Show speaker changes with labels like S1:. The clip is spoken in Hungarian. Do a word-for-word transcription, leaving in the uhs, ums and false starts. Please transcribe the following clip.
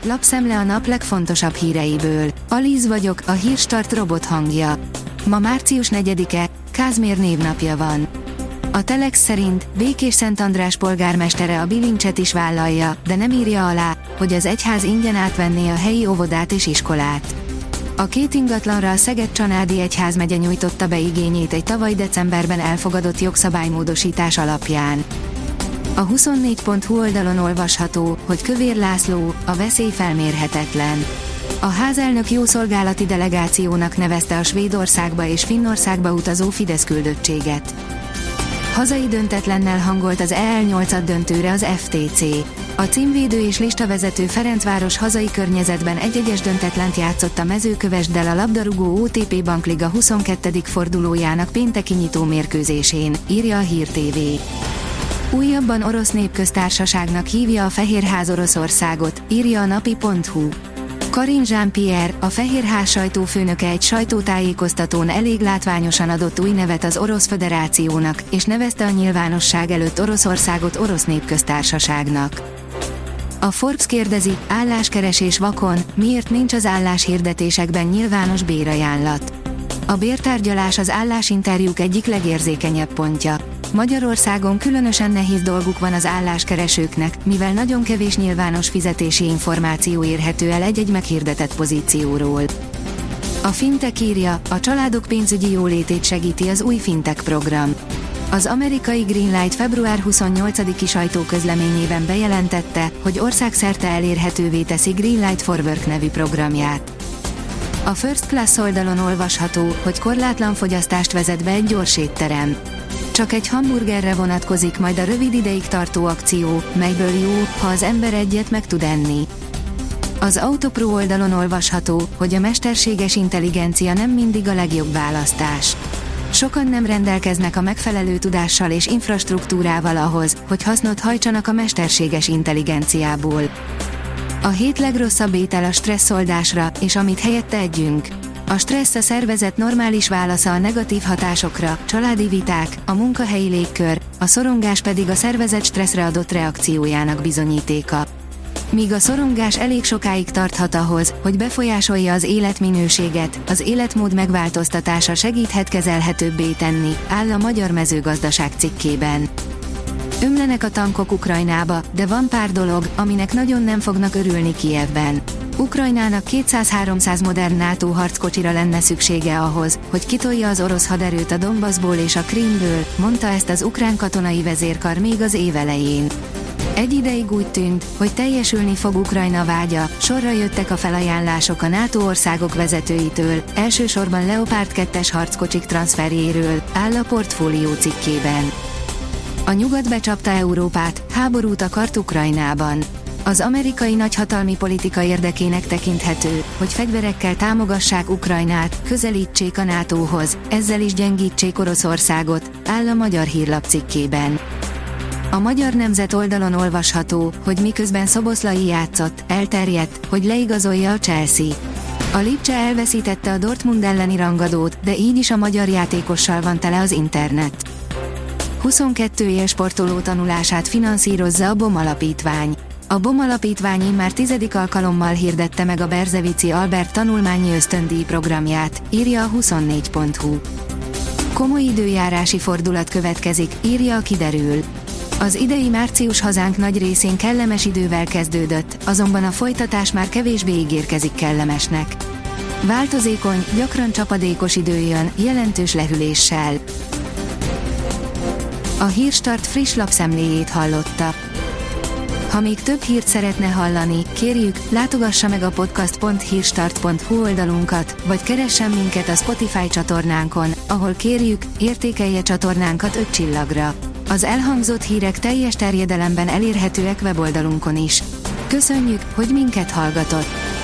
S1: lapszemle a nap legfontosabb híreiből. Alíz vagyok, a Hírstart robot hangja. Ma március negyedike, Kázmér névnapja van. A Telex szerint Békés Szent András polgármestere a bilincset is vállalja, de nem írja alá, hogy az egyház ingyen átvenné a helyi óvodát és iskolát. A két ingatlanra a Szeged-Csanádi Egyházmegye nyújtotta be igényét egy tavaly decemberben elfogadott jogszabálymódosítás alapján. A huszonnégy pont hu oldalon olvasható, hogy Kövér László, a veszély felmérhetetlen. A házelnök jószolgálati delegációnak nevezte a Svédországba és Finnországba utazó Fidesz küldöttséget. Hazai döntetlennel hangolt az E L nyolcad döntőre az F T C. A címvédő és listavezető Ferencváros hazai környezetben egy-egyes döntetlent játszott a Mezőkövesddel a labdarúgó O T P Bankliga huszonkettedik fordulójának pénteki nyitó mérkőzésén, írja a Hír té vé. Újabban orosz népköztársaságnak hívja a Fehérház Oroszországot, írja a napi pont hu. Karine Jean-Pierre, a Fehérház sajtófőnöke egy sajtótájékoztatón elég látványosan adott új nevet az Orosz Föderációnak, és nevezte a nyilvánosság előtt Oroszországot orosz népköztársaságnak. A Forbes kérdezi, álláskeresés vakon, miért nincs az álláshirdetésekben nyilvános bérajánlat. A bértárgyalás az állásinterjúk egyik legérzékenyebb pontja. Magyarországon különösen nehéz dolguk van az álláskeresőknek, mivel nagyon kevés nyilvános fizetési információ érhető el egy-egy meghirdetett pozícióról. A Fintech írja, a családok pénzügyi jólétét segíti az új Fintech program. Az amerikai Greenlight február huszonnyolcadiki sajtóközleményében bejelentette, hogy országszerte elérhetővé teszi Greenlight for Work nevű programját. A First Class oldalon olvasható, hogy korlátlan fogyasztást vezet be egy gyors étterem. Csak egy hamburgerre vonatkozik majd a rövid ideig tartó akció, melyből jó, ha az ember egyet meg tud enni. Az Autopro oldalon olvasható, hogy a mesterséges intelligencia nem mindig a legjobb választás. Sokan nem rendelkeznek a megfelelő tudással és infrastruktúrával ahhoz, hogy hasznot hajtsanak a mesterséges intelligenciából. A hét legrosszabb étel a stresszoldásra, és amit helyette együnk. A stressz a szervezet normális válasza a negatív hatásokra, családi viták, a munkahelyi légkör, a szorongás pedig a szervezet stresszre adott reakciójának bizonyítéka. Míg a szorongás elég sokáig tarthat ahhoz, hogy befolyásolja az életminőséget, az életmód megváltoztatása segíthet kezelhetőbbé tenni, áll a Magyar Mezőgazdaság cikkében. Ömlenek a tankok Ukrajnába, de van pár dolog, aminek nagyon nem fognak örülni Kijevben. Ukrajnának kétszáz-háromszáz modern NATO harckocsira lenne szüksége ahhoz, hogy kitolja az orosz haderőt a Donbaszból és a Krímből, mondta ezt az ukrán katonai vezérkar még az év elején. Egy ideig úgy tűnt, hogy teljesülni fog Ukrajna vágya, sorra jöttek a felajánlások a NATO országok vezetőitől, elsősorban Leopard kettes harckocsik transferjéről, áll a Portfólió cikkében. A nyugat becsapta Európát, háborút akart Ukrajnában. Az amerikai nagyhatalmi politika érdekének tekinthető, hogy fegyverekkel támogassák Ukrajnát, közelítsék a nátóhoz, ezzel is gyengítsék Oroszországot, áll a Magyar Hírlap cikkében. A Magyar Nemzet oldalon olvasható, hogy miközben Szoboszlai játszott, elterjedt, hogy leigazolja a Chelsea. A Lipcse elveszítette a Dortmund elleni rangadót, de így is a magyar játékossal van tele az internet. huszonkét éves sportoló tanulását finanszírozza a BOM alapítvány. A BOM alapítvány immár tizedik alkalommal hirdette meg a Berzevici Albert tanulmányi ösztöndíj programját, írja a huszonnégy pont hu. Komoly időjárási fordulat következik, írja a Kiderül. Az idei március hazánk nagy részén kellemes idővel kezdődött, azonban a folytatás már kevésbé ígérkezik kellemesnek. Változékony, gyakran csapadékos idő jön, jelentős lehűléssel. A Hírstart friss lapszemléjét hallotta. Ha még több hírt szeretne hallani, kérjük, látogassa meg a podcast pont hírstart pont hu oldalunkat, vagy keressen minket a Spotify csatornánkon, ahol kérjük, értékelje csatornánkat öt csillagra. Az elhangzott hírek teljes terjedelemben elérhetőek weboldalunkon is. Köszönjük, hogy minket hallgatott!